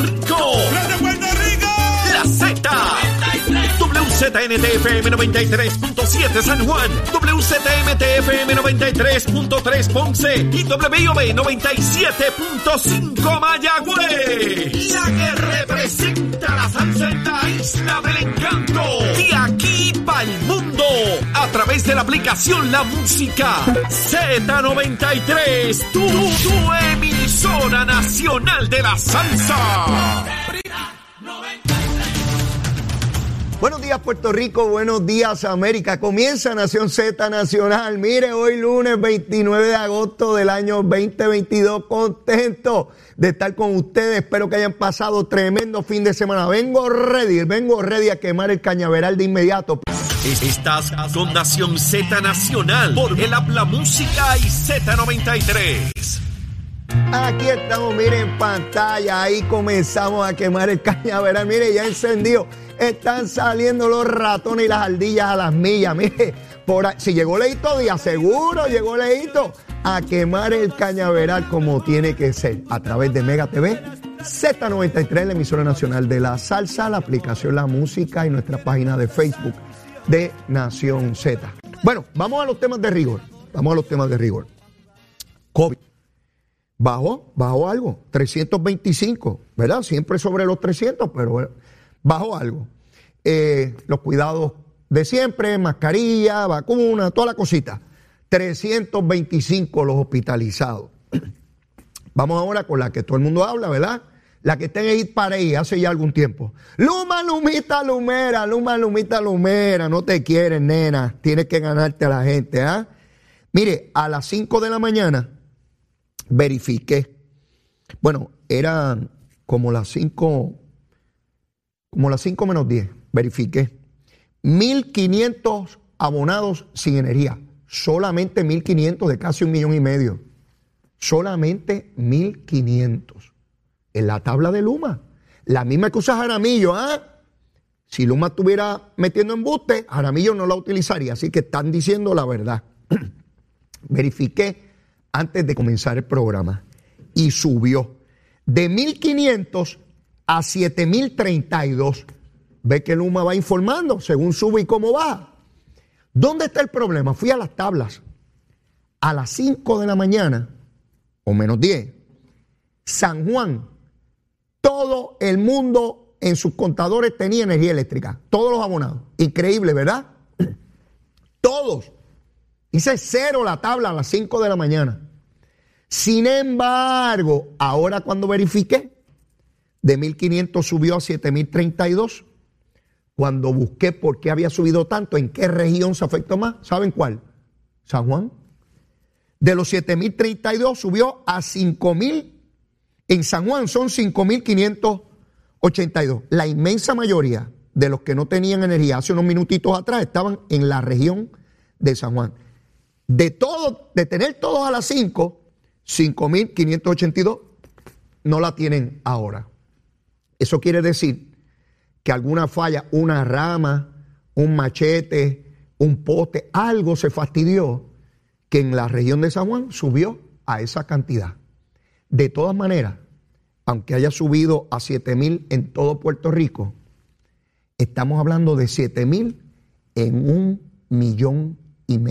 Rico. ¡Los de Puerto Rico! La Z. WZNT-FM 93.7 San Juan, WZMT-FM 93.3 Ponce y WIOB 97.5 Mayagüez. La que representa la salsa en la Isla del Encanto. De aquí para el mundo, a través de la aplicación La Música Z93, tu emisora nacional de la salsa. Buenos días, Puerto Rico. Buenos días, América. Comienza Nación Z Nacional. Mire, hoy lunes 29 de agosto del año 2022. Contento de estar con ustedes. Espero que hayan pasado tremendo fin de semana. Vengo ready a quemar el cañaveral de inmediato. Estás con Nación Z Nacional por el Habla Música y Z93. Aquí estamos, miren, en pantalla. Ahí comenzamos a quemar el cañaveral. Mire, ya encendido. Están saliendo los ratones y las ardillas a las millas. Mire, si llegó Leito Díaz, seguro llegó Leito a quemar el cañaveral como tiene que ser. A través de Mega TV, Z93, la emisora nacional de la salsa, la aplicación La Música y nuestra página de Facebook de Nación Z. Bueno, vamos a los temas de rigor. COVID. Bajó algo, 325, ¿verdad? Siempre sobre los 300, pero bajó algo. Los cuidados de siempre, mascarilla, vacuna, toda la cosita. 325 los hospitalizados. Vamos ahora con la que todo el mundo habla, ¿verdad? La que está en Hit Parade hace ya algún tiempo. Luma, Lumita, Lumera, Luma, Lumita, Lumera. No te quieren, nena. Tienes que ganarte a la gente, ¿ah? Mire, a las 5 de la mañana verifiqué. Bueno, eran como las 5 menos 10. Verifiqué. 1,500 abonados sin energía. Solamente 1,500 de casi 1,5 millones. Solamente 1,500. En la tabla de Luma. La misma que usa Jaramillo, ¿ah? Si Luma estuviera metiendo embuste, Jaramillo no la utilizaría. Así que están diciendo la verdad. Verifiqué antes de comenzar el programa. Y subió de 1,500 a 7,032. Ve que Luma va informando según sube y cómo va. ¿Dónde está el problema? Fui a las tablas. A las 5 de la mañana, o menos 10, San Juan, todo el mundo en sus contadores tenía energía eléctrica. Todos los abonados. Increíble, ¿verdad? Todos. Dice 0 la tabla a las 5 de la mañana. Sin embargo, ahora cuando verifiqué, de 1,500 subió a 7,032. Cuando busqué por qué había subido tanto, en qué región se afectó más, ¿saben cuál? San Juan. De los 7,032 subió a 5,000. En San Juan son 5,582. La inmensa mayoría de los que no tenían energía hace unos minutitos atrás estaban en la región de San Juan. De tener todos a las 5, 5,582 no la tienen ahora. Eso quiere decir que alguna falla, una rama, un machete, un poste, algo se fastidió que en la región de San Juan subió a esa cantidad. De todas maneras, aunque haya subido a 7,000 en todo Puerto Rico, estamos hablando de 7,000 en 1,5 millones.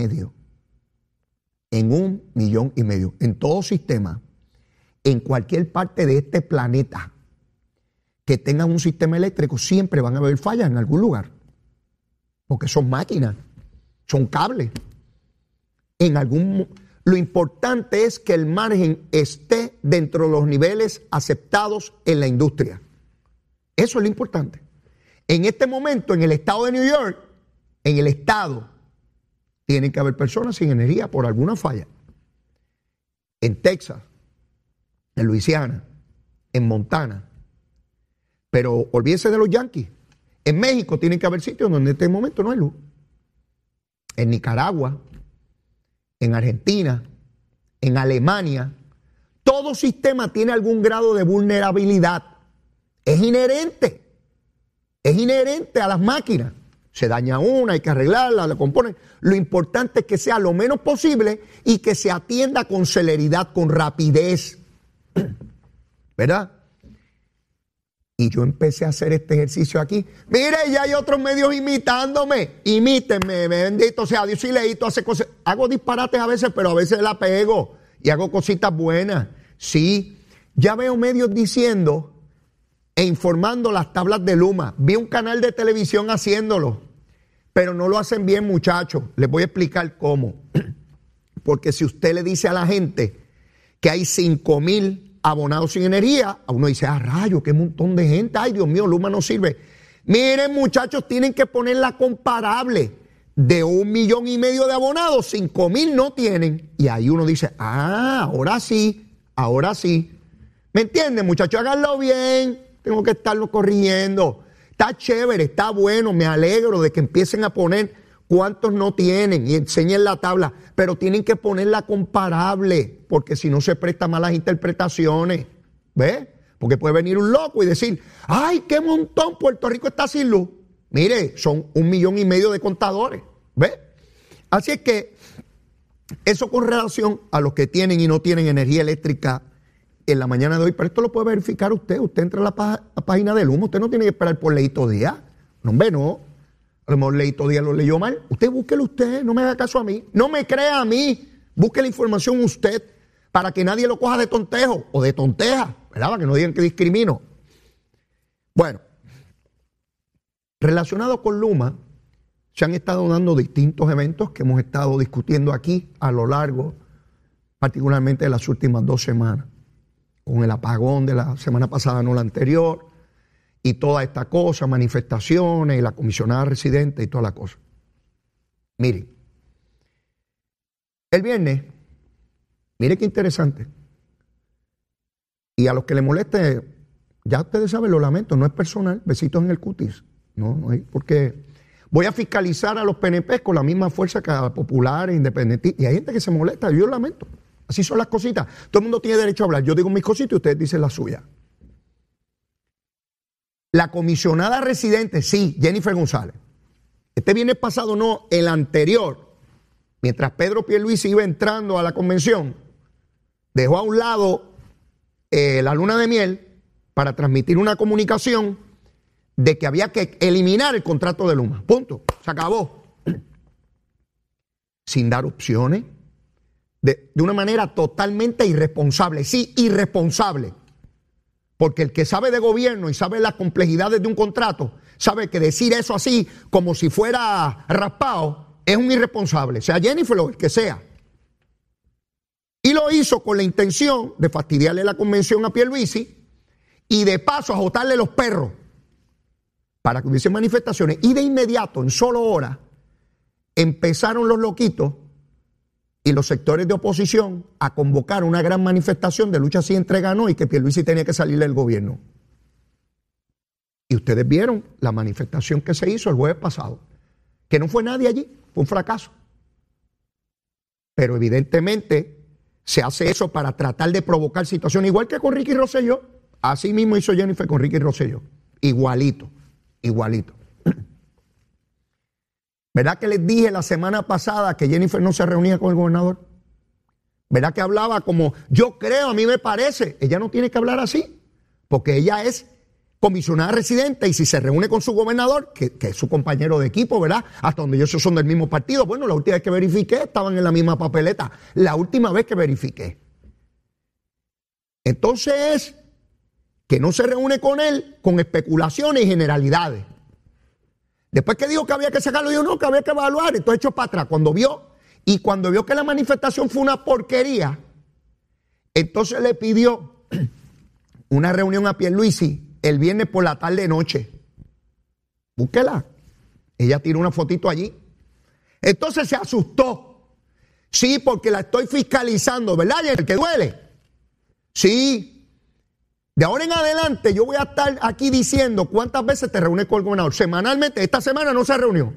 En 1,5 millones. En todo sistema, en cualquier parte de este planeta que tengan un sistema eléctrico, siempre van a haber fallas en algún lugar. Porque son máquinas, son cables. Lo importante es que el margen esté dentro de los niveles aceptados en la industria. Eso es lo importante. En este momento, en el estado de New York, tienen que haber personas sin energía por alguna falla. En Texas, en Luisiana, en Montana. Pero olvídense de los Yankees. En México tienen que haber sitios donde en este momento no hay luz. En Nicaragua, en Argentina, en Alemania. Todo sistema tiene algún grado de vulnerabilidad. Es inherente a las máquinas. Se daña una, hay que arreglarla, la componen. Lo importante es que sea lo menos posible y que se atienda con celeridad, con rapidez. ¿Verdad? Y yo empecé a hacer este ejercicio aquí. Mire, ya hay otros medios imitándome. Imítenme, bendito sea Dios. Y Leito hace cosas. Hago disparates a veces, pero a veces la pego. Y hago cositas buenas. Sí. Ya veo medios diciendo e informando las tablas de Luma. Vi un canal de televisión haciéndolo. Pero no lo hacen bien, muchachos. Les voy a explicar cómo. Porque si usted le dice a la gente que hay 5,000 abonados sin energía, a uno dice, rayo, qué montón de gente, ay Dios mío, Luma no sirve. Miren, muchachos, tienen que ponerla comparable. De 1,5 millones de abonados, 5,000 no tienen. Y ahí uno dice, ahora sí. ¿Me entienden, muchachos? Háganlo bien, tengo que estarlo corrigiendo. Está chévere, está bueno, me alegro de que empiecen a poner cuántos no tienen y enseñen la tabla, pero tienen que ponerla comparable, porque si no se presta malas interpretaciones, ¿ves? Porque puede venir un loco y decir, ¡ay, qué montón! Puerto Rico está sin luz. Mire, son 1,5 millones de contadores, ¿ves? Así es que eso con relación a los que tienen y no tienen energía eléctrica en la mañana de hoy, pero esto lo puede verificar usted. Usted entra a la página de Luma, usted no tiene que esperar por Leito Díaz. No, hombre, no. A lo mejor Leito Díaz lo leyó mal. Usted búsquelo usted, no me haga caso a mí. No me crea a mí. Busque la información usted para que nadie lo coja de tontejo o de tonteja, ¿verdad? Para que no digan que discrimino. Bueno, relacionado con Luma, se han estado dando distintos eventos que hemos estado discutiendo aquí a lo largo, particularmente de las últimas 2 semanas. Con el apagón de la semana pasada, no la anterior, y toda esta cosa, manifestaciones, y la comisionada residente y toda la cosa. Miren, el viernes, mire qué interesante, y a los que les moleste, ya ustedes saben, lo lamento, no es personal, besitos en el cutis, no es porque voy a fiscalizar a los PNP con la misma fuerza que a los populares, independentistas, y hay gente que se molesta, yo lo lamento. Así son las cositas. Todo el mundo tiene derecho a hablar. Yo digo mis cositas y ustedes dicen las suyas. La comisionada residente, sí, Jennifer González. Este viernes pasado, no, el anterior, mientras Pedro Pierluisi iba entrando a la convención, dejó a un lado la luna de miel para transmitir una comunicación de que había que eliminar el contrato de Luma. Punto. Se acabó. Sin dar opciones. De una manera totalmente irresponsable. Sí, irresponsable. Porque el que sabe de gobierno y sabe las complejidades de un contrato, sabe que decir eso así, como si fuera raspado, es un irresponsable. Sea Jennifer o el que sea. Y lo hizo con la intención de fastidiarle la convención a Pierluisi y de paso azotarle los perros para que hubiese manifestaciones. Y de inmediato, en solo horas, empezaron los loquitos y los sectores de oposición a convocar una gran manifestación de lucha si entrega no y que Pierluisi tenía que salir del gobierno. Y ustedes vieron la manifestación que se hizo el jueves pasado, que no fue nadie allí, fue un fracaso. Pero evidentemente se hace eso para tratar de provocar situaciones, igual que con Ricky Rosselló. Así mismo hizo Jennifer con Ricky Rosselló. Igualito. ¿Verdad que les dije la semana pasada que Jennifer no se reunía con el gobernador? ¿Verdad que hablaba como, yo creo, a mí me parece? Ella no tiene que hablar así, porque ella es comisionada residente y si se reúne con su gobernador, que es su compañero de equipo, ¿verdad? Hasta donde ellos son del mismo partido. Bueno, la última vez que verifiqué estaban en la misma papeleta. La última vez que verifiqué. Entonces es que no se reúne con él con especulaciones y generalidades. Después que dijo que había que sacarlo, dijo no, que había que evaluar. Entonces echó para atrás. Cuando vio que la manifestación fue una porquería, entonces le pidió una reunión a Pierluisi el viernes por la tarde-noche. Búsquela. Ella tiró una fotito allí. Entonces se asustó. Sí, porque la estoy fiscalizando, ¿verdad? ¿El que duele? Sí. De ahora en adelante yo voy a estar aquí diciendo cuántas veces te reúnes con el gobernador. Semanalmente, esta semana no se reunió.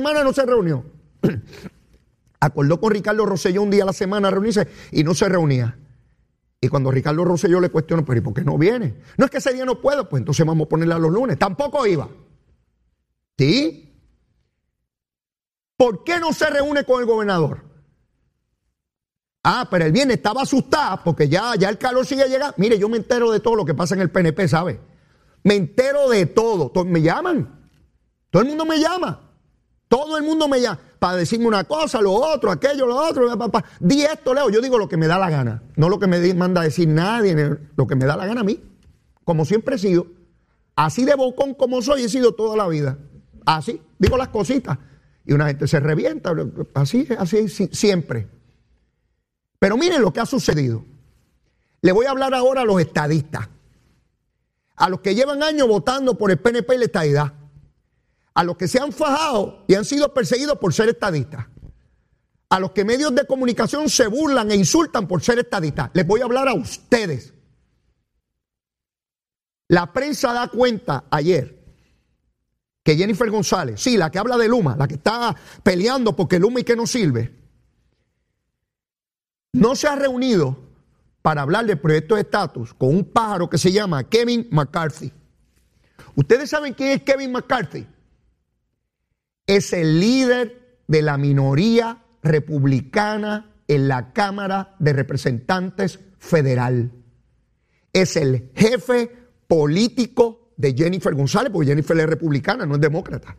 Acordó con Ricardo Rosselló un día a la semana a reunirse y no se reunía. Y cuando Ricardo Rosselló le cuestionó, pero ¿y por qué no viene? No es que ese día no puedo, pues entonces vamos a ponerla los lunes. Tampoco iba. ¿Sí? ¿Por qué no se reúne con el gobernador? Pero el viernes estaba asustada porque ya el calor sigue llegando. Mire, yo me entero de todo lo que pasa en el PNP, ¿sabe? Me entero de todo. Me llaman. Todo el mundo me llama. Todo el mundo me llama para decirme una cosa, lo otro, aquello, lo otro. Di esto, Leo. Yo digo lo que me da la gana. No lo que me manda a decir nadie, lo que me da la gana a mí. Como siempre he sido. Así de bocón como soy, he sido toda la vida. Así, digo las cositas. Y una gente se revienta. Así siempre. Pero miren lo que ha sucedido. Le voy a hablar ahora a los estadistas. A los que llevan años votando por el PNP y la estadidad. A los que se han fajado y han sido perseguidos por ser estadistas. A los que medios de comunicación se burlan e insultan por ser estadistas. Les voy a hablar a ustedes. La prensa da cuenta ayer que Jennifer González, sí, la que habla de Luma, la que está peleando porque Luma y que no sirve, no se ha reunido para hablar del proyecto de estatus con un pájaro que se llama Kevin McCarthy. ¿Ustedes saben quién es Kevin McCarthy? Es el líder de la minoría republicana en la Cámara de Representantes Federal. Es el jefe político de Jennifer González, porque Jennifer es republicana, no es demócrata.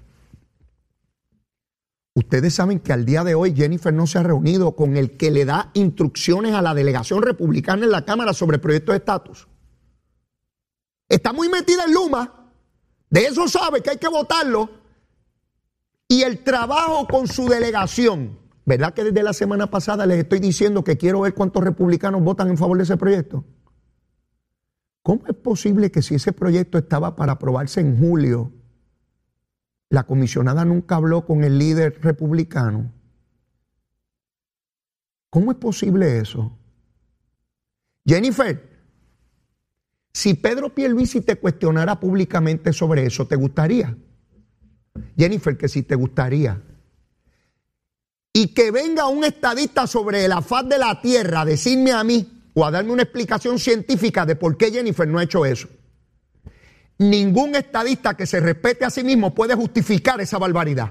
Ustedes saben que al día de hoy Jennifer no se ha reunido con el que le da instrucciones a la delegación republicana en la Cámara sobre el proyecto de estatus. Está muy metida en Luma, de eso sabe que hay que votarlo. Y el trabajo con su delegación, ¿verdad que desde la semana pasada les estoy diciendo que quiero ver cuántos republicanos votan en favor de ese proyecto? ¿Cómo es posible que si ese proyecto estaba para aprobarse en julio, la comisionada nunca habló con el líder republicano? ¿Cómo es posible eso? Jennifer, si Pedro Pierluisi te cuestionara públicamente sobre eso, ¿te gustaría? Jennifer, que si te gustaría. Y que venga un estadista sobre la faz de la tierra a decirme a mí o a darme una explicación científica de por qué Jennifer no ha hecho eso. Ningún estadista que se respete a sí mismo puede justificar esa barbaridad.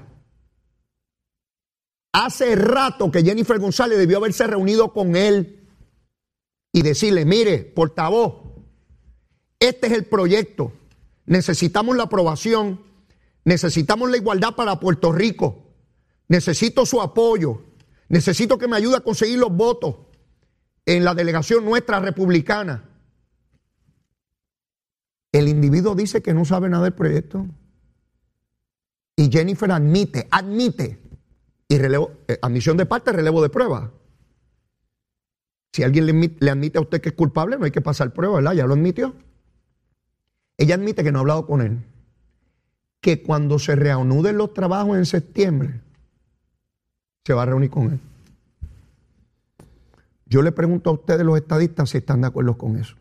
Hace rato que Jennifer González debió haberse reunido con él y decirle, mire, portavoz, este es el proyecto, necesitamos la aprobación, necesitamos la igualdad para Puerto Rico, necesito su apoyo, necesito que me ayude a conseguir los votos en la delegación nuestra republicana. El individuo dice que no sabe nada del proyecto. Y Jennifer admite, y admisión de parte, relevo de prueba. Si alguien le admite a usted que es culpable, no hay que pasar prueba, ¿verdad? Ya lo admitió. Ella admite que no ha hablado con él. Que cuando se reanuden los trabajos en septiembre, se va a reunir con él. Yo le pregunto a ustedes, los estadistas, si están de acuerdo con eso.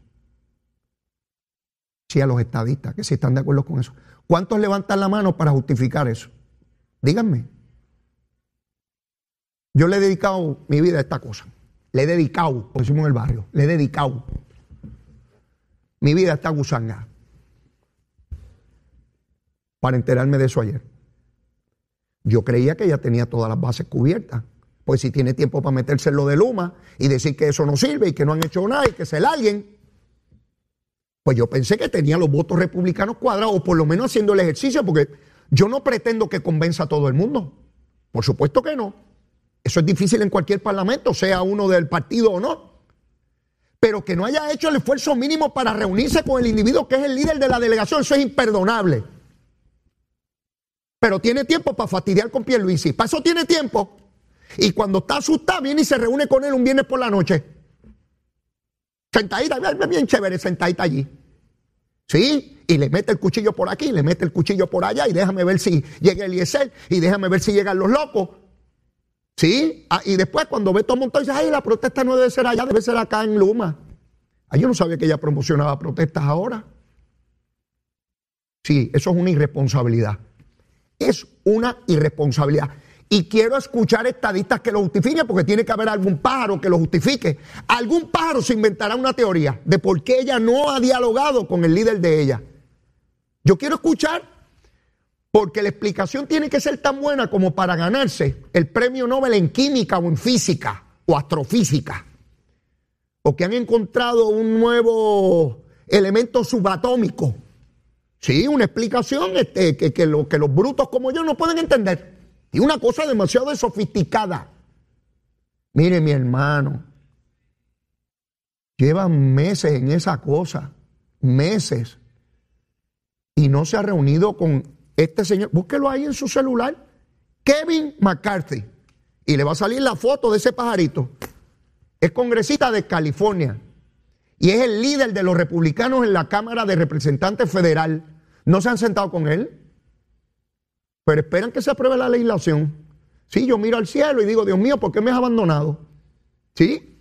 Sí, a los estadistas, que si están de acuerdo con eso. ¿Cuántos levantan la mano para justificar eso? Díganme. Yo le he dedicado mi vida a esta cosa. Le he dedicado, como decimos en el barrio, le he dedicado mi vida a esta gusanga para enterarme de eso ayer. Yo creía que ella tenía todas las bases cubiertas. Pues si tiene tiempo para meterse en lo de Luma y decir que eso no sirve y que no han hecho nada y que se larguen, pues yo pensé que tenía los votos republicanos cuadrados, o por lo menos haciendo el ejercicio, porque yo no pretendo que convenza a todo el mundo. Por supuesto que no. Eso es difícil en cualquier parlamento, sea uno del partido o no. Pero que no haya hecho el esfuerzo mínimo para reunirse con el individuo que es el líder de la delegación, eso es imperdonable. Pero tiene tiempo para fastidiar con Pierluisi. Para eso tiene tiempo. Y cuando está asustado, viene y se reúne con él un viernes por la noche. Sentadita, bien chévere, sentadita allí. Sí, y le mete el cuchillo por aquí, le mete el cuchillo por allá, y déjame ver si llega Eliezer, y déjame ver si llegan los locos. Sí, y después cuando ve todo montón, dice, ay, la protesta no debe ser allá, debe ser acá en Luma. Ay, yo no sabía que ella promocionaba protestas ahora. Sí, eso es una irresponsabilidad. Es una irresponsabilidad. Y quiero escuchar estadistas que lo justifiquen, porque tiene que haber algún pájaro que lo justifique. Algún pájaro se inventará una teoría de por qué ella no ha dialogado con el líder de ella. Yo quiero escuchar, porque la explicación tiene que ser tan buena como para ganarse el premio Nobel en química o en física o astrofísica. O que han encontrado un nuevo elemento subatómico Sí, una explicación que los brutos como yo no pueden entender. Y una cosa demasiado sofisticada. Mire, mi hermano, llevan meses en esa cosa, meses, y no se ha reunido con este señor. Búsquelo ahí en su celular, Kevin McCarthy, y le va a salir la foto de ese pajarito. Es congresista de California y es el líder de los republicanos en la Cámara de Representantes Federal. ¿No se han sentado con él? Pero esperan que se apruebe la legislación. Sí, yo miro al cielo y digo, Dios mío, ¿por qué me has abandonado? ¿Sí?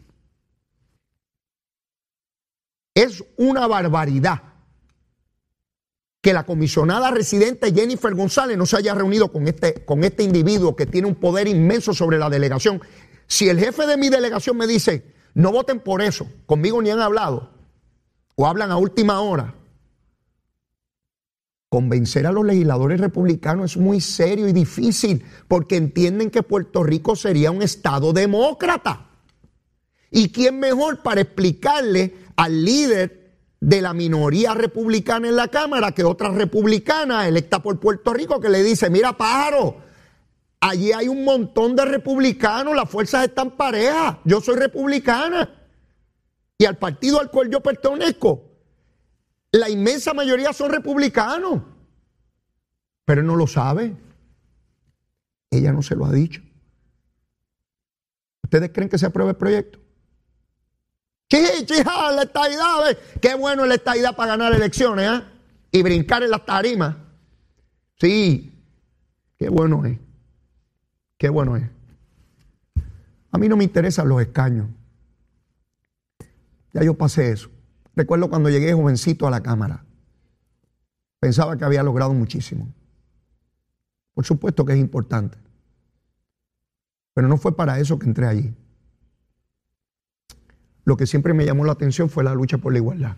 Es una barbaridad que la comisionada residente Jennifer González no se haya reunido con este individuo que tiene un poder inmenso sobre la delegación. Si el jefe de mi delegación me dice, no voten por eso, conmigo ni han hablado, o hablan a última hora, convencer a los legisladores republicanos es muy serio y difícil, porque entienden que Puerto Rico sería un estado demócrata. ¿Y quién mejor para explicarle al líder de la minoría republicana en la Cámara que otra republicana electa por Puerto Rico que le dice, mira pájaro, allí hay un montón de republicanos, las fuerzas están parejas, yo soy republicana y al partido al cual yo pertenezco, la inmensa mayoría son republicanos, pero él no lo sabe, ella no se lo ha dicho. ¿Ustedes creen que se apruebe el proyecto? Chija, la estadidad, ¿ves? Qué bueno es la estadidad para ganar elecciones, ¿eh? Y brincar en las tarimas. Sí, qué bueno es. Qué bueno es. A mí no me interesan los escaños. Ya yo pasé eso. Recuerdo cuando llegué jovencito a la Cámara. Pensaba que había logrado muchísimo. Por supuesto que es importante. Pero no fue para eso que entré allí. Lo que siempre me llamó la atención fue la lucha por la igualdad.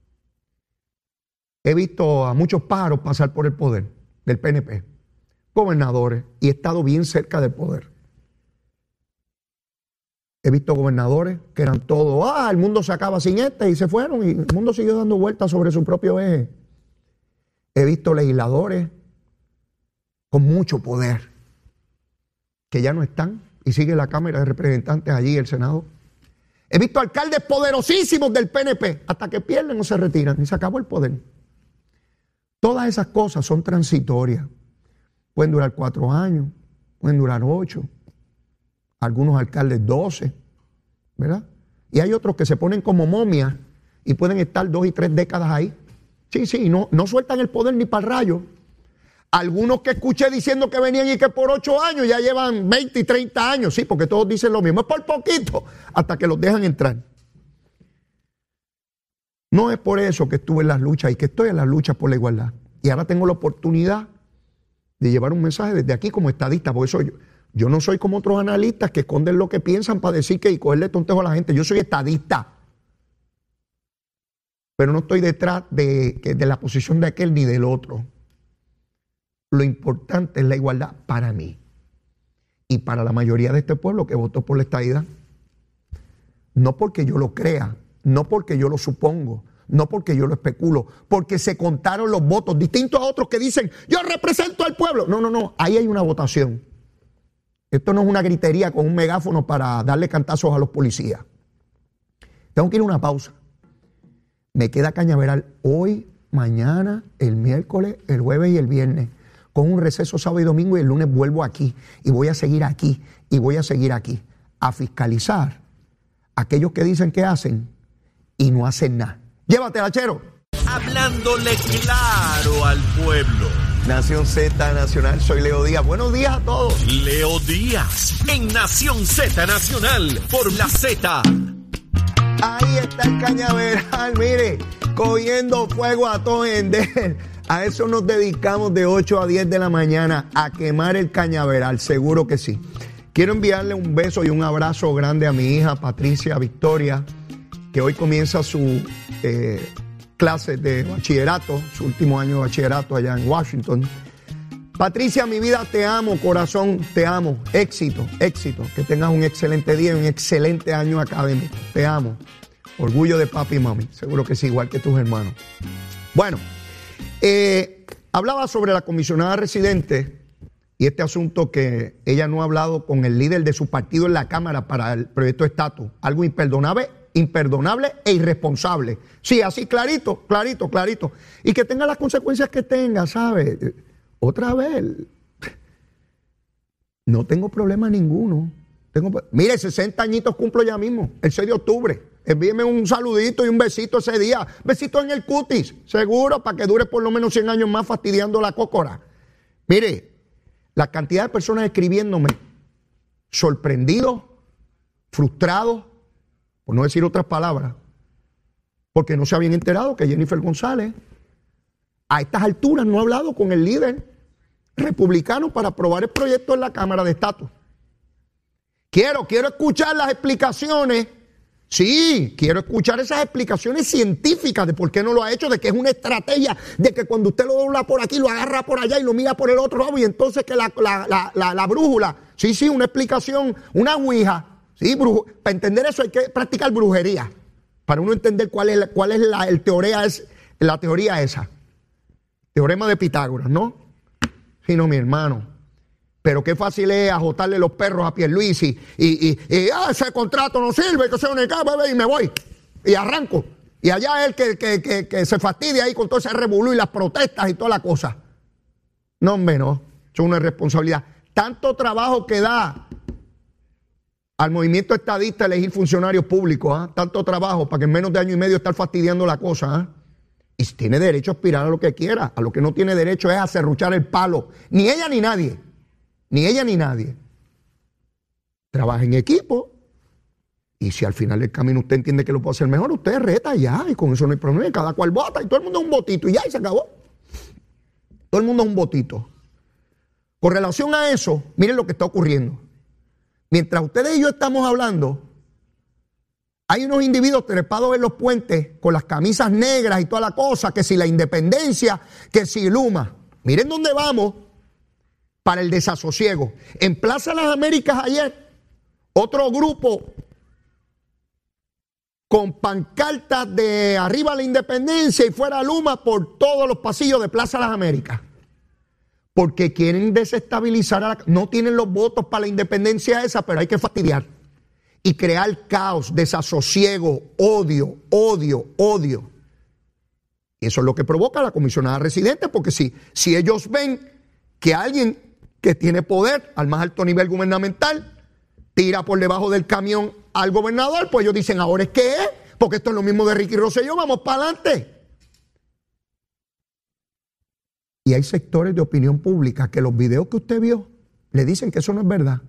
He visto a muchos pájaros pasar por el poder del PNP, gobernadores, y he estado bien cerca del poder. He visto gobernadores que eran todos, el mundo se acaba sin y se fueron, y el mundo siguió dando vueltas sobre su propio eje. He visto legisladores con mucho poder que ya no están y sigue la Cámara de Representantes allí, el Senado. He visto alcaldes poderosísimos del PNP hasta que pierden o se retiran y se acabó el poder. Todas esas cosas son transitorias. Pueden durar 4 años, pueden durar 8, algunos alcaldes 12, ¿verdad? Y hay otros que se ponen como momias y pueden estar 2 y 3 décadas ahí. Sí, no sueltan el poder ni para el rayo. Algunos que escuché diciendo que venían y que por 8 años ya llevan 20 y 30 años. Sí, porque todos dicen lo mismo. Es por poquito hasta que los dejan entrar. No es por eso que estuve en las luchas y que estoy en las luchas por la igualdad. Y ahora tengo la oportunidad de llevar un mensaje desde aquí como estadista. Por eso yo no soy como otros analistas que esconden lo que piensan para decir que y cogerle tontejo a la gente. Yo soy estadista. Pero no estoy detrás de la posición de aquel ni del otro. Lo importante es la igualdad para mí y para la mayoría de este pueblo que votó por la estadidad. No porque yo lo crea, no porque yo lo supongo, no porque yo lo especulo, porque se contaron los votos, distintos a otros que dicen, yo represento al pueblo. No, ahí hay una votación. Esto no es una gritería con un megáfono para darle cantazos a los policías. Tengo que ir a una pausa. Me queda Cañaveral hoy, mañana, el miércoles, el jueves y el viernes, con un receso sábado y domingo, y el lunes vuelvo aquí y voy a seguir aquí y voy a seguir aquí a fiscalizar a aquellos que dicen que hacen y no hacen nada. Llévatela, Chero. Hablándole claro al pueblo. Nación Z Nacional, soy Leo Díaz. Buenos días a todos. Leo Díaz en Nación Z Nacional por la Z. Ahí está el Cañaveral, mire, cogiendo fuego a todo ender. A eso nos dedicamos de 8 a 10 de la mañana, a quemar el Cañaveral, seguro que sí. Quiero enviarle un beso y un abrazo grande a mi hija Patricia Victoria, que hoy comienza su clase de bachillerato, su último año de bachillerato allá en Washington. Patricia, mi vida, te amo, corazón, te amo. Éxito, que tengas un excelente día y un excelente año académico. Te amo. Orgullo de papi y mami, seguro que sí, igual que tus hermanos. Bueno, Hablaba sobre la comisionada residente y este asunto que ella no ha hablado con el líder de su partido en la Cámara para el proyecto de estatus. Algo imperdonable e irresponsable. Sí, así clarito. Y que tenga las consecuencias que tenga, ¿sabe? Otra vez, no tengo problema ninguno. Mire, 60 añitos cumplo ya mismo, el 6 de octubre. Envíeme un saludito y un besito ese día. Besito en el cutis, seguro, para que dure por lo menos 100 años más fastidiando la cócora. Mire, la cantidad de personas escribiéndome, sorprendidos, frustrados, por no decir otras palabras, porque no se habían enterado que Jennifer González a estas alturas no ha hablado con el líder republicano para aprobar el proyecto en la Cámara de Estatus. Quiero escuchar las explicaciones. Sí, quiero escuchar esas explicaciones científicas de por qué no lo ha hecho, de que es una estrategia, de que cuando usted lo dobla por aquí, lo agarra por allá y lo mira por el otro lado y entonces que la brújula. Sí, una explicación, una ouija. Sí, para entender eso hay que practicar brujería, para uno entender cuál es la teoría esa. Teorema de Pitágoras, ¿no? Sí, no, mi hermano. Pero qué fácil es ajotarle los perros a Pierluisi y ese contrato no sirve, que sea un bebé, y me voy. Y arranco. Y allá él que se fastidia ahí con todo ese revolú y las protestas y toda la cosa. No, hombre, no. Eso es una irresponsabilidad. Tanto trabajo que da al movimiento estadista elegir funcionarios públicos, ¿eh? Tanto trabajo para que en menos de año y medio estar fastidiando la cosa, ¿eh? Y tiene derecho a aspirar a lo que quiera. A lo que no tiene derecho es a serruchar el palo. Ni ella ni nadie. Ni ella ni nadie. Trabaja en equipo. Y si al final del camino usted entiende que lo puede hacer mejor, usted reta ya. Y con eso no hay problema. Cada cual vota. Y todo el mundo es un votito. Y ya, y se acabó. Todo el mundo es un votito. Con relación a eso, miren lo que está ocurriendo. Mientras ustedes y yo estamos hablando, hay unos individuos trepados en los puentes con las camisas negras y toda la cosa, que si la independencia, que si Luma. Miren dónde vamos para el desasosiego. En Plaza Las Américas ayer, otro grupo con pancartas de arriba la independencia y fuera Luma por todos los pasillos de Plaza Las Américas. Porque quieren desestabilizar, no tienen los votos para la independencia esa, pero hay que fastidiar. Y crear caos, desasosiego, odio. Y eso es lo que provoca la comisionada residente, porque si ellos ven que alguien que tiene poder al más alto nivel gubernamental tira por debajo del camión al gobernador, pues ellos dicen, ¿ahora es qué es? Porque esto es lo mismo de Ricky Rosselló, vamos para adelante. Y hay sectores de opinión pública que los videos que usted vio le dicen que eso no es verdad.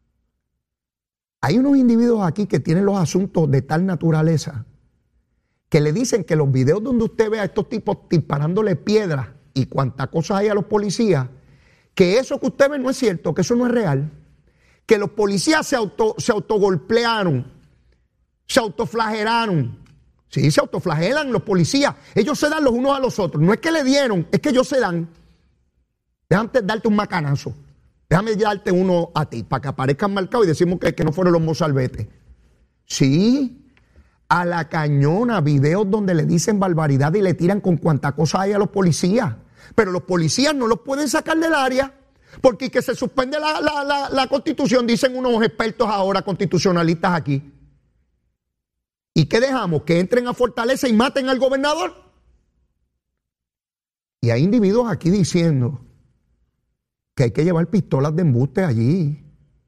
Hay unos individuos aquí que tienen los asuntos de tal naturaleza que le dicen que los videos donde usted ve a estos tipos disparándole piedras y cuántas cosas hay a los policías, que eso que usted ve no es cierto, que eso no es real, que los policías se autogolpearon, se autoflagelaron. Sí, se autoflagelan los policías. Ellos se dan los unos a los otros. No es que le dieron, es que ellos se dan. Déjame darte un macanazo. Déjame darte uno a ti, para que aparezcan marcados y decimos que no fueron los mozalbetes. Sí, a la cañona, videos donde le dicen barbaridad y le tiran con cuanta cosa hay a los policías. Pero los policías no los pueden sacar del área, porque que se suspende la Constitución, dicen unos expertos ahora constitucionalistas aquí. ¿Y qué dejamos? ¿Que entren a Fortaleza y maten al gobernador? Y hay individuos aquí diciendo que hay que llevar pistolas de embuste allí.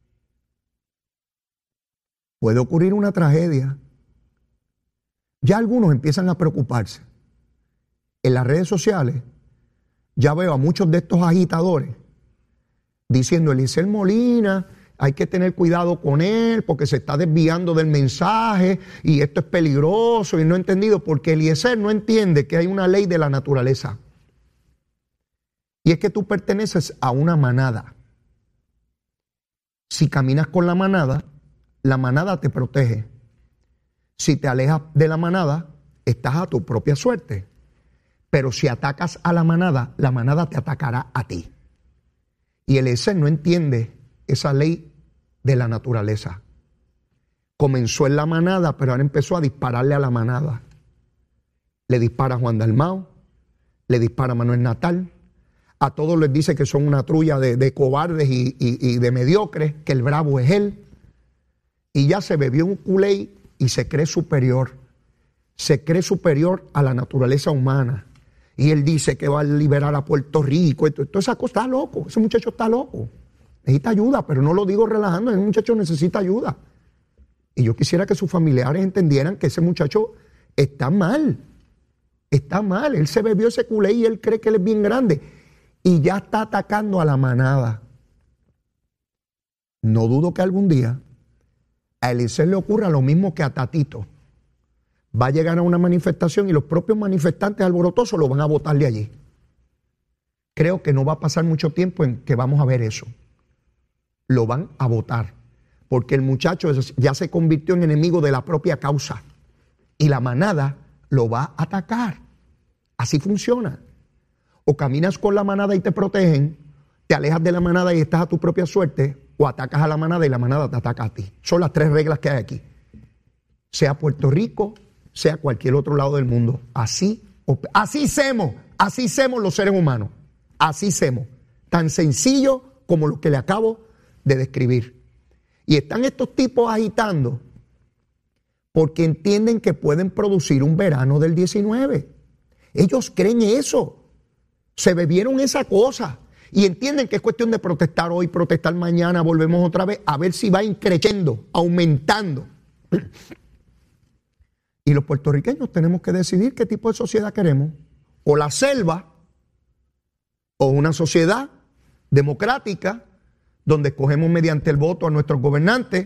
Puede ocurrir una tragedia. Ya algunos empiezan a preocuparse. En las redes sociales ya veo a muchos de estos agitadores diciendo, Eliezer Molina, hay que tener cuidado con él porque se está desviando del mensaje y esto es peligroso y no he entendido, porque Eliezer no entiende que hay una ley de la naturaleza. Y es que tú perteneces a una manada. Si caminas con la manada te protege. Si te alejas de la manada, estás a tu propia suerte. Pero si atacas a la manada te atacará a ti. Y Eliezer no entiende esa ley de la naturaleza. Comenzó en la manada, pero ahora empezó a dispararle a la manada. Le dispara a Juan Dalmau, le dispara a Manuel Natal, a todos les dice que son una trulla de cobardes y de mediocres, que el bravo es él, y ya se bebió un culé y se cree superior a la naturaleza humana, y él dice que va a liberar a Puerto Rico, y toda esa cosa. Está loco, ese muchacho está loco, necesita ayuda, pero no lo digo relajando, ese muchacho necesita ayuda, y yo quisiera que sus familiares entendieran que ese muchacho está mal, él se bebió ese culé y él cree que él es bien grande, y ya está atacando a la manada. No dudo que algún día a Eliezer le ocurra lo mismo que a Tatito. Va a llegar a una manifestación y los propios manifestantes alborotosos lo van a botar de allí. Creo que no va a pasar mucho tiempo en que vamos a ver eso. Lo van a botar, porque el muchacho ya se convirtió en enemigo de la propia causa y la manada lo va a atacar. Así funciona. O caminas con la manada y te protegen, te alejas de la manada y estás a tu propia suerte, o atacas a la manada y la manada te ataca a ti. Son las 3 reglas que hay aquí. Sea Puerto Rico, sea cualquier otro lado del mundo. Así somos los seres humanos. Así somos. Tan sencillo como lo que le acabo de describir. Y están estos tipos agitando porque entienden que pueden producir un verano del 19. Ellos creen eso. Se bebieron esa cosa y entienden que es cuestión de protestar hoy, protestar mañana, volvemos otra vez, a ver si va increciendo, aumentando. Y los puertorriqueños tenemos que decidir qué tipo de sociedad queremos. O la selva, o una sociedad democrática, donde escogemos mediante el voto a nuestros gobernantes.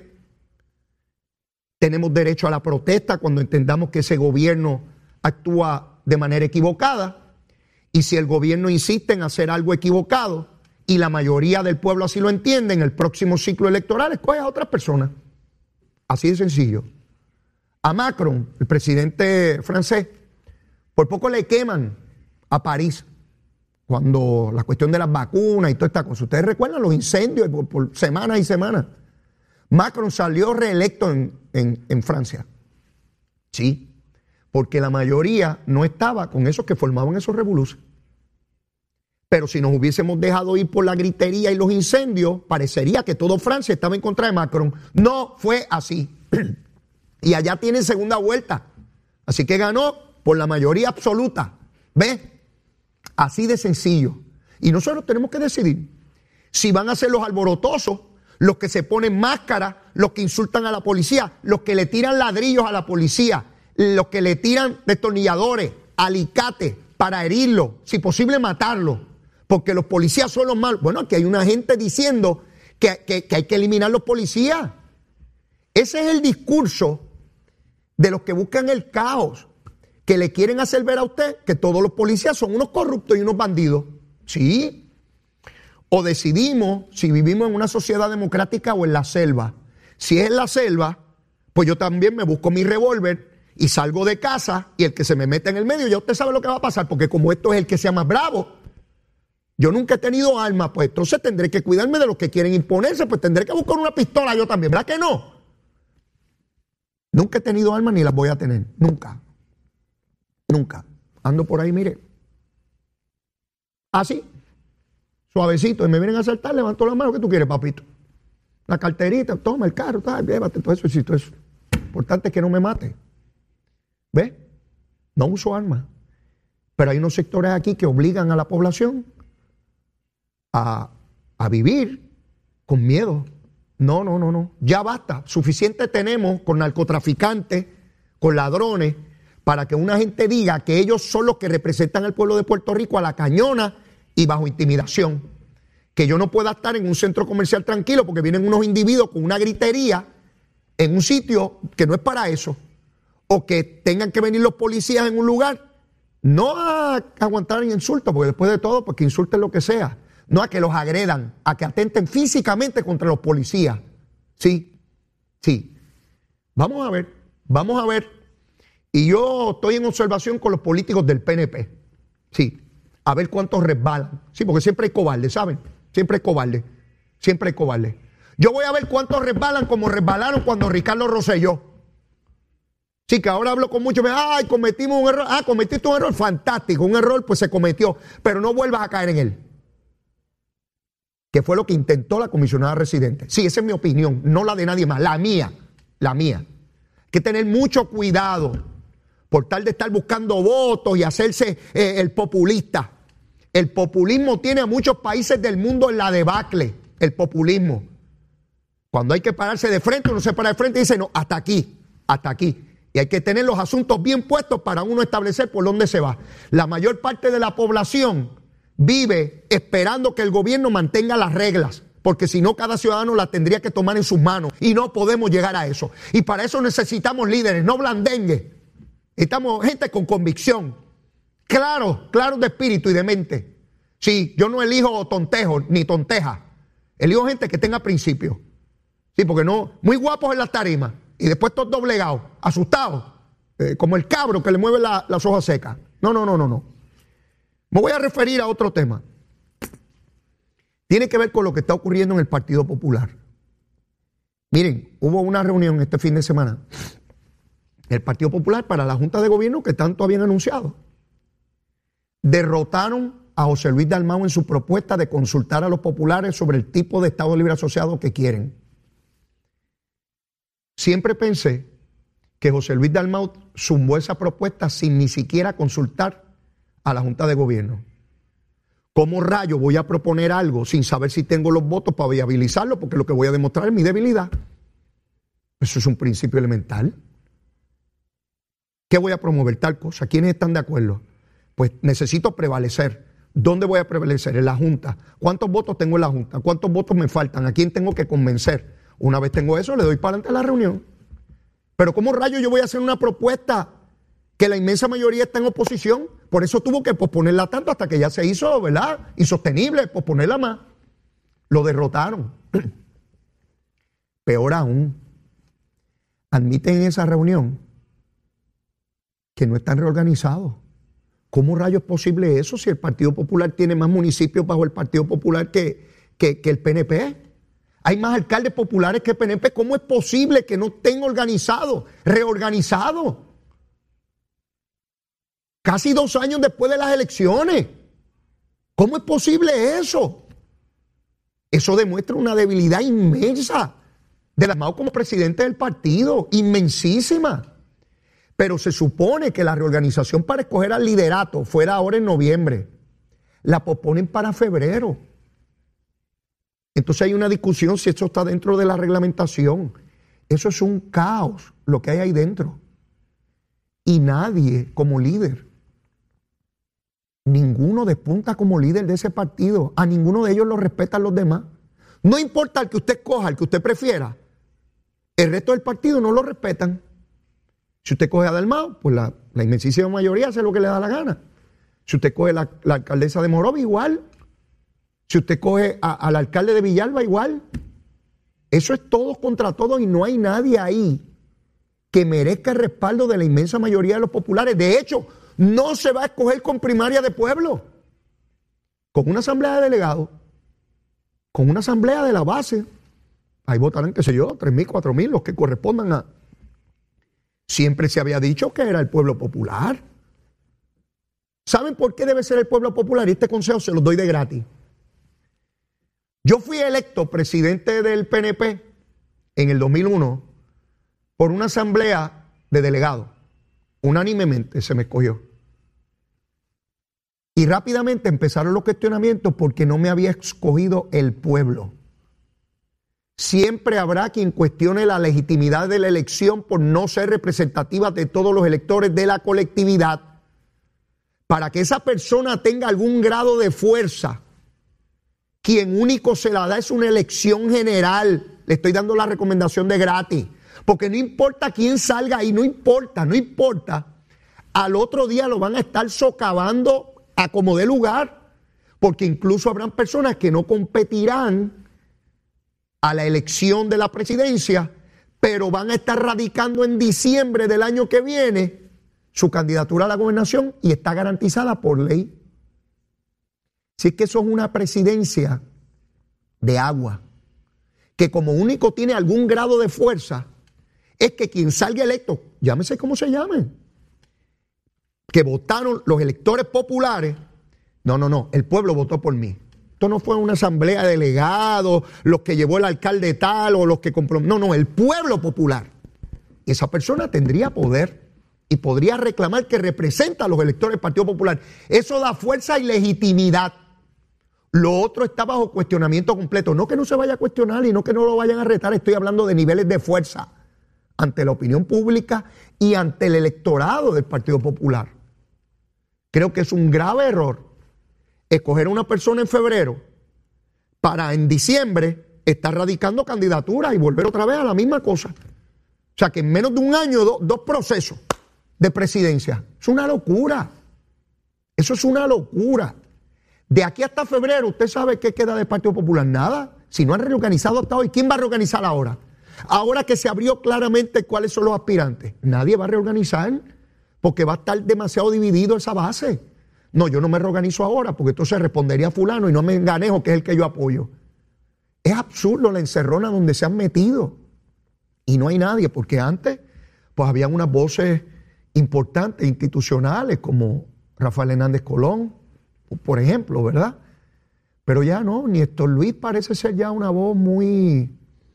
Tenemos derecho a la protesta cuando entendamos que ese gobierno actúa de manera equivocada. Y si el gobierno insiste en hacer algo equivocado y la mayoría del pueblo así lo entiende, en el próximo ciclo electoral escoge a otras personas. Así de sencillo. A Macron, el presidente francés, por poco le queman a París cuando la cuestión de las vacunas y toda esta cosa. Ustedes recuerdan los incendios por semanas y semanas. Macron salió reelecto en Francia. Sí. Porque la mayoría no estaba con esos que formaban esos revoluciones. Pero si nos hubiésemos dejado ir por la gritería y los incendios, parecería que todo Francia estaba en contra de Macron. No fue así. Y allá tienen segunda vuelta. Así que ganó por la mayoría absoluta. ¿Ves? Así de sencillo. Y nosotros tenemos que decidir si van a ser los alborotosos, los que se ponen máscaras, los que insultan a la policía, los que le tiran ladrillos a la policía, los que le tiran destornilladores, alicates para herirlo, si posible matarlo, porque los policías son los malos. Bueno, aquí hay una gente diciendo que hay que eliminar los policías. Ese es el discurso de los que buscan el caos, que le quieren hacer ver a usted que todos los policías son unos corruptos y unos bandidos. Sí. O decidimos si vivimos en una sociedad democrática o en la selva. Si es en la selva, pues yo también me busco mi revólver y salgo de casa, y el que se me mete en el medio, ya usted sabe lo que va a pasar, porque como esto es el que sea más bravo, yo nunca he tenido armas, pues entonces tendré que cuidarme de los que quieren imponerse, pues tendré que buscar una pistola yo también, ¿verdad que no? Nunca he tenido armas ni las voy a tener, nunca. Ando por ahí, mire, así, suavecito, y me vienen a asaltar, levanto la mano, ¿qué tú quieres, papito? La carterita, toma el carro, llévate todo eso, y todo eso. Importante es que no me mate. ¿Ves? No uso armas. Pero hay unos sectores aquí que obligan a la población a vivir con miedo. No. Ya basta. Suficiente tenemos con narcotraficantes, con ladrones, para que una gente diga que ellos son los que representan al pueblo de Puerto Rico a la cañona y bajo intimidación. Que yo no pueda estar en un centro comercial tranquilo porque vienen unos individuos con una gritería en un sitio que no es para eso. O que tengan que venir los policías en un lugar, no a aguantar insultos, porque después de todo, pues que insulten lo que sea, no a que los agredan, a que atenten físicamente contra los policías. Sí. Vamos a ver. Y yo estoy en observación con los políticos del PNP. Sí, a ver cuántos resbalan. Sí, porque siempre hay cobardes, ¿saben? Siempre hay cobardes. Yo voy a ver cuántos resbalan como resbalaron cuando Ricardo Rosselló. Sí, que ahora hablo con muchos, ay, cometimos un error. Ah, cometiste un error, fantástico, un error pues se cometió, pero no vuelvas a caer en él. Que fue lo que intentó la comisionada residente. Sí, esa es mi opinión, no la de nadie más, la mía. Hay que tener mucho cuidado por tal de estar buscando votos y hacerse el populista. El populismo tiene a muchos países del mundo en la debacle, el populismo. Cuando hay que pararse de frente, uno se para de frente y dice, no, hasta aquí. Y hay que tener los asuntos bien puestos para uno establecer por dónde se va. La mayor parte de la población vive esperando que el gobierno mantenga las reglas, porque si no, cada ciudadano las tendría que tomar en sus manos y no podemos llegar a eso. Y para eso necesitamos líderes, no blandengues. Necesitamos gente con convicción, claro de espíritu y de mente. Sí, yo no elijo tontejos ni tontejas, elijo gente que tenga principios. Sí, porque no, muy guapos en las tarimas y después todos doblegados, asustados, como el cabro que le mueve las hojas secas. No. Me voy a referir a otro tema. Tiene que ver con lo que está ocurriendo en el Partido Popular. Miren, hubo una reunión este fin de semana el Partido Popular para la Junta de Gobierno que tanto habían anunciado. Derrotaron a José Luis Dalmau en su propuesta de consultar a los populares sobre el tipo de Estado Libre Asociado que quieren. Siempre pensé que José Luis Dalmau zumbó esa propuesta sin ni siquiera consultar a la Junta de Gobierno. ¿Cómo rayo voy a proponer algo sin saber si tengo los votos para viabilizarlo? Porque lo que voy a demostrar es mi debilidad. Eso es un principio elemental. ¿Qué voy a promover? Tal cosa. ¿Quiénes están de acuerdo? Pues necesito prevalecer. ¿Dónde voy a prevalecer? En la Junta. ¿Cuántos votos tengo en la Junta? ¿Cuántos votos me faltan? ¿A quién tengo que convencer? Una vez tengo eso, le doy para adelante a la reunión. Pero ¿cómo rayo yo voy a hacer una propuesta que la inmensa mayoría está en oposición? Por eso tuvo que posponerla tanto hasta que ya se hizo, ¿verdad? Insostenible, posponerla más. Lo derrotaron. Peor aún, admiten en esa reunión que no están reorganizados. ¿Cómo rayos es posible eso si el Partido Popular tiene más municipios bajo el Partido Popular que el PNP? Hay más alcaldes populares que el PNP. ¿Cómo es posible que no estén organizados, reorganizados? Casi 2 años después de las elecciones. ¿Cómo es posible eso? Eso demuestra una debilidad inmensa de Dalmau como presidente del partido, inmensísima. Pero se supone que la reorganización para escoger al liderato fuera ahora en noviembre. La posponen para febrero. Entonces hay una discusión si eso está dentro de la reglamentación. Eso es un caos lo que hay ahí dentro. Y nadie como líder, ninguno despunta como líder de ese partido. A ninguno de ellos lo respetan los demás. No importa el que usted coja, el que usted prefiera. El resto del partido no lo respetan. Si usted coge a Dalmau, pues la inmensísima mayoría hace lo que le da la gana. Si usted coge la alcaldesa de Morovi, igual. Si usted coge al alcalde de Villalba, igual. Eso es todos contra todos y no hay nadie ahí que merezca el respaldo de la inmensa mayoría de los populares. De hecho, no se va a escoger con primaria de pueblo, con una asamblea de delegados, con una asamblea de la base. Ahí votarán, qué sé yo, 3,000, 4,000, los que correspondan a... Siempre se había dicho que era el pueblo popular. ¿Saben por qué debe ser el pueblo popular? Y este consejo se los doy de gratis. Yo fui electo presidente del PNP en el 2001 por una asamblea de delegados. Unánimemente se me escogió. Y rápidamente empezaron los cuestionamientos porque no me había escogido el pueblo. Siempre habrá quien cuestione la legitimidad de la elección por no ser representativa de todos los electores de la colectividad. Para que esa persona tenga algún grado de fuerza, quien único se la da es una elección general. Le estoy dando la recomendación de gratis. Porque no importa quién salga ahí, no importa. Al otro día lo van a estar socavando a como dé lugar. Porque incluso habrán personas que no competirán a la elección de la presidencia, pero van a estar radicando en diciembre del año que viene su candidatura a la gobernación y está garantizada por ley. Si es que eso es una presidencia de agua, que como único tiene algún grado de fuerza, es que quien salga electo, llámese como se llame, que votaron los electores populares, no, el pueblo votó por mí. Esto no fue una asamblea de delegados, los que llevó el alcalde tal o los que compró. No, el pueblo popular. Esa persona tendría poder y podría reclamar que representa a los electores del Partido Popular. Eso da fuerza y legitimidad. Lo otro está bajo cuestionamiento completo. No que no se vaya a cuestionar y no que no lo vayan a retar. Estoy hablando de niveles de fuerza ante la opinión pública y ante el electorado del Partido Popular. Creo que es un grave error escoger a una persona en febrero para en diciembre estar radicando candidatura y volver otra vez a la misma cosa. O sea que en menos de un año, dos procesos de presidencia. Es una locura. Eso es una locura. De aquí hasta febrero, ¿usted sabe qué queda del Partido Popular? Nada. Si no han reorganizado hasta hoy, ¿quién va a reorganizar ahora? Ahora que se abrió claramente cuáles son los aspirantes. Nadie va a reorganizar porque va a estar demasiado dividido esa base. No, yo no me reorganizo ahora porque entonces respondería a fulano y no me Menganejo, que es el que yo apoyo. Es absurdo la encerrona donde se han metido. Y no hay nadie, porque antes pues habían unas voces importantes, institucionales, como Rafael Hernández Colón, por ejemplo, ¿verdad? Pero ya no, Néstor Luis parece ser ya una voz muy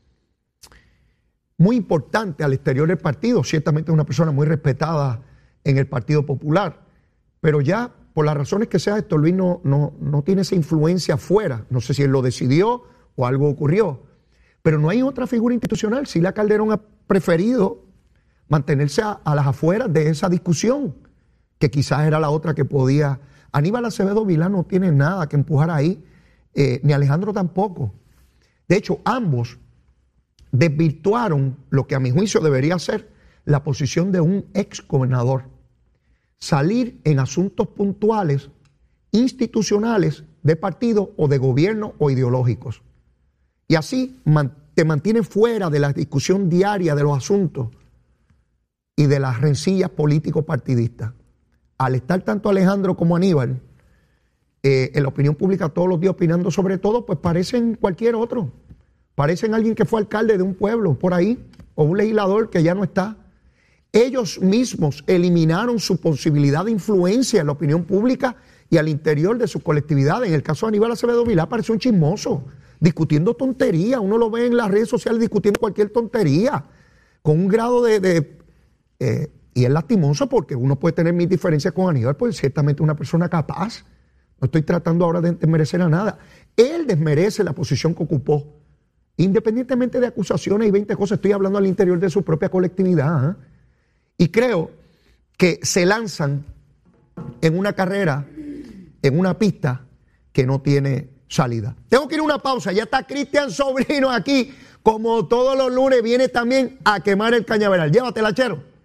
importante al exterior del partido. Ciertamente es una persona muy respetada en el Partido Popular, pero ya, por las razones que sea, Néstor Luis no tiene esa influencia afuera. No sé si él lo decidió o algo ocurrió. Pero no hay otra figura institucional. Silvia Calderón ha preferido mantenerse a las afueras de esa discusión, que quizás era la otra que podía. Aníbal Acevedo Vilá no tiene nada que empujar ahí, ni Alejandro tampoco. De hecho, ambos desvirtuaron lo que a mi juicio debería ser la posición de un ex gobernador. Salir en asuntos puntuales, institucionales, de partido o de gobierno o ideológicos. Y así te mantiene fuera de la discusión diaria de los asuntos y de las rencillas político-partidistas. Al estar tanto Alejandro como Aníbal en la opinión pública todos los días opinando sobre todo, pues parecen cualquier otro. Parecen alguien que fue alcalde de un pueblo por ahí, o un legislador que ya no está. Ellos mismos eliminaron su posibilidad de influencia en la opinión pública y al interior de su colectividad. En el caso de Aníbal Acevedo Vilá pareció un chismoso, discutiendo tonterías. Uno lo ve en las redes sociales discutiendo cualquier tontería, con un grado y es lastimoso porque uno puede tener mis diferencias con Aníbal, pues ciertamente una persona capaz. No estoy tratando ahora de desmerecer a nada. Él desmerece la posición que ocupó, independientemente de acusaciones y 20 cosas. Estoy hablando al interior de su propia colectividad, ¿eh? Y creo que se lanzan en una carrera, en una pista que no tiene salida. Tengo que ir a una pausa. Ya está Cristian Sobrino aquí. Como todos los lunes, viene también a quemar el cañaveral. Llévatela, Chero.